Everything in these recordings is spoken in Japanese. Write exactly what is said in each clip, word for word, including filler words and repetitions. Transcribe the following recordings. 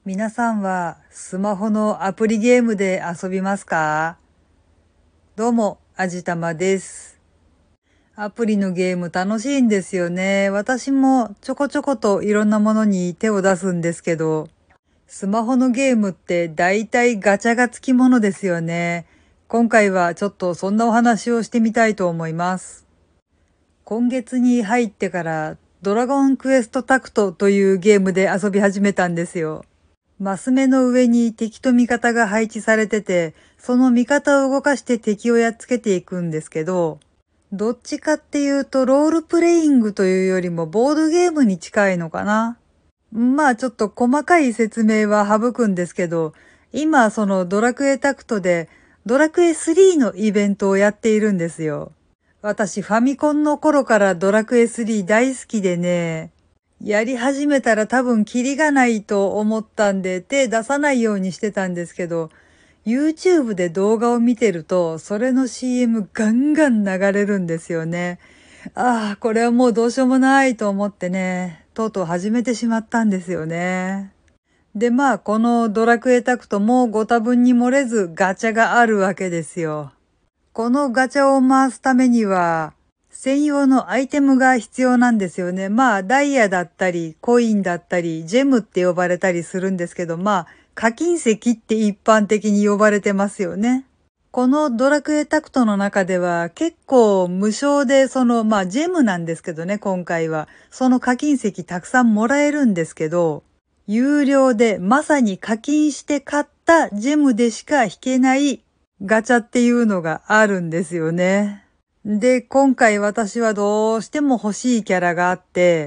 皆さんはスマホのアプリゲームで遊びますか？どうも、あじたまです。アプリのゲーム楽しいんですよね。私もちょこちょこといろんなものに手を出すんですけど、スマホのゲームって大体ガチャがつきものですよね。今回はちょっとそんなお話をしてみたいと思います。今月に入ってからドラゴンクエストタクトというゲームで遊び始めたんですよ。マス目の上に敵と味方が配置されてて、その味方を動かして敵をやっつけていくんですけど、どっちかっていうとロールプレイングというよりもボードゲームに近いのかな。まあちょっと細かい説明は省くんですけど、今そのドラクエタクトでドラクエスリーのイベントをやっているんですよ。私ファミコンの頃からドラクエスリー大好きでね、やり始めたら多分キリがないと思ったんで手出さないようにしてたんですけど、YouTube で動画を見てると、それの シーエム ガンガン流れるんですよね。ああ、これはもうどうしようもないと思ってね、とうとう始めてしまったんですよね。で、まあ、このドラクエタクトもご多分に漏れずガチャがあるわけですよ。このガチャを回すためには、専用のアイテムが必要なんですよね。まあ、ダイヤだったり、コインだったり、ジェムって呼ばれたりするんですけど、まあ、課金石って一般的に呼ばれてますよね。このドラクエタクトの中では結構無償でその、まあジェムなんですけどね、今回は。その課金石たくさんもらえるんですけど、有料でまさに課金して買ったジェムでしか引けないガチャっていうのがあるんですよね。で、今回私はどうしても欲しいキャラがあって、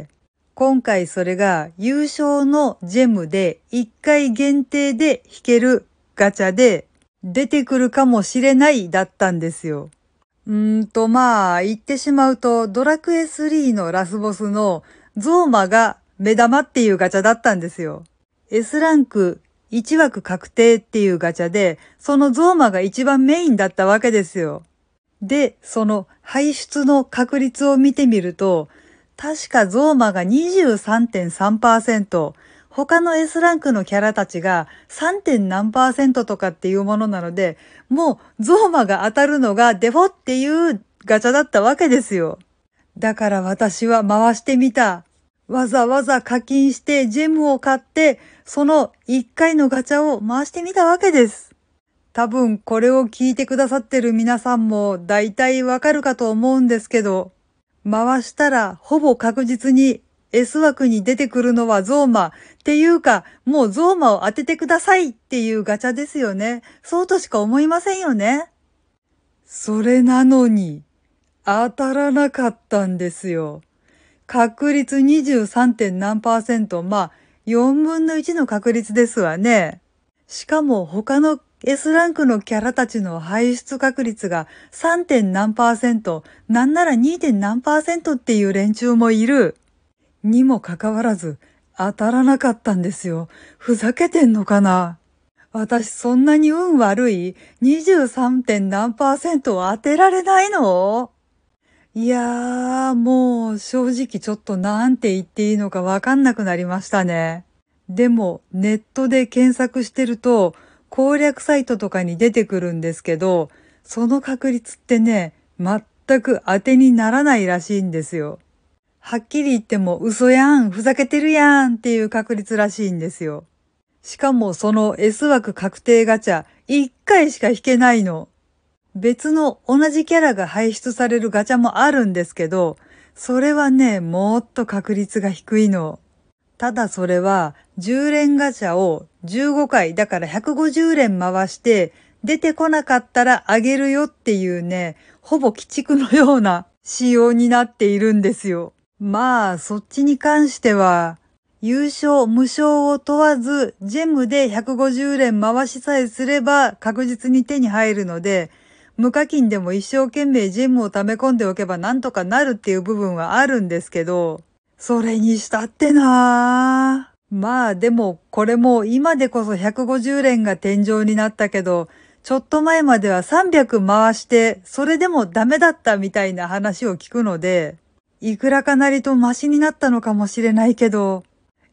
今回それが優勝のジェムでいっかい限定で引けるガチャで出てくるかもしれないだったんですよ。うーんとまあ言ってしまうとドラクエスリーのラスボスのゾーマが目玉っていうガチャだったんですよ。S ランクいち枠確定っていうガチャで、そのゾーマが一番メインだったわけですよ。で、その排出の確率を見てみると、確かゾーマが にじゅうさんてんさんパーセント、他の S ランクのキャラたちが さん. 点何パーセントとかっていうものなので、もうゾーマが当たるのがデフォっていうガチャだったわけですよ。だから私は回してみた。わざわざ課金してジェムを買って、そのいっかいのガチャを回してみたわけです。多分これを聞いてくださってる皆さんも大体わかるかと思うんですけど、回したらほぼ確実に S 枠に出てくるのはゾーマっていうか、もうゾーマを当ててくださいっていうガチャですよね。そうとしか思いませんよね。それなのに当たらなかったんですよ。確率 にじゅうさん. 点何パーセント、まあよんぶんのいちの確率ですわね。しかも他の S ランクのキャラたちの排出確率が さん. 点何パーセント、なんなら に. 点何パーセントっていう連中もいる。にもかかわらず当たらなかったんですよ。ふざけてんのかな。私そんなに運悪い にじゅうさん. 点何パーセントを当てられないの？いやー、もう正直ちょっとなんて言っていいのかわかんなくなりましたね。でもネットで検索してると攻略サイトとかに出てくるんですけど、その確率ってね、全く当てにならないらしいんですよ。はっきり言っても嘘やん、ふざけてるやんっていう確率らしいんですよ。しかもその S 枠確定ガチャいっかいしか引けないの。別の同じキャラが排出されるガチャもあるんですけど、それはね、もっと確率が低いの。ただそれはじゅう連ガチャをじゅうごかい、だからひゃくごじゅう連回して出てこなかったらあげるよっていうね、ほぼ鬼畜のような仕様になっているんですよ。まあそっちに関しては優勝無償を問わずジェムでひゃくごじゅう連回しさえすれば確実に手に入るので、無課金でも一生懸命ジェムを溜め込んでおけばなんとかなるっていう部分はあるんですけど、それにしたってなぁ。まあでもこれも今でこそひゃくごじゅう連が天井になったけど、ちょっと前まではさんびゃく回してそれでもダメだったみたいな話を聞くので、いくらかなりとマシになったのかもしれないけど、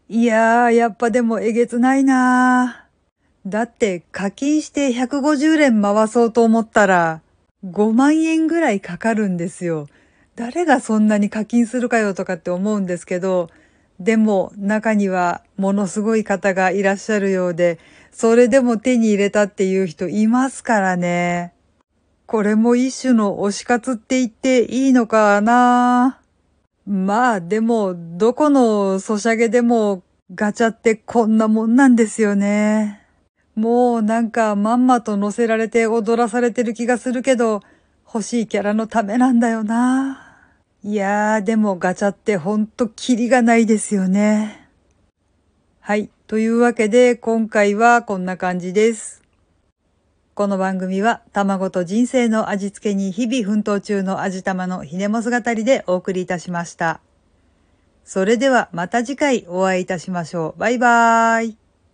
いやー、やっぱでもえげつないなー。だって課金してひゃくごじゅうれん回そうと思ったらごまんえんぐらいかかるんですよ。誰がそんなに課金するかよとかって思うんですけど、でも中にはものすごい方がいらっしゃるようで、それでも手に入れたっていう人いますからね。これも一種の推し活って言っていいのかな。まあでも、どこのソシャゲでもガチャってこんなもんなんですよね。もうなんかまんまと乗せられて踊らされてる気がするけど、欲しいキャラのためなんだよな。いやーでもガチャってほんとキリがないですよね。はい。というわけで今回はこんな感じです。この番組は卵と人生の味付けに日々奮闘中の味玉のひねもす語りでお送りいたしました。それではまた次回お会いいたしましょう。バイバーイ。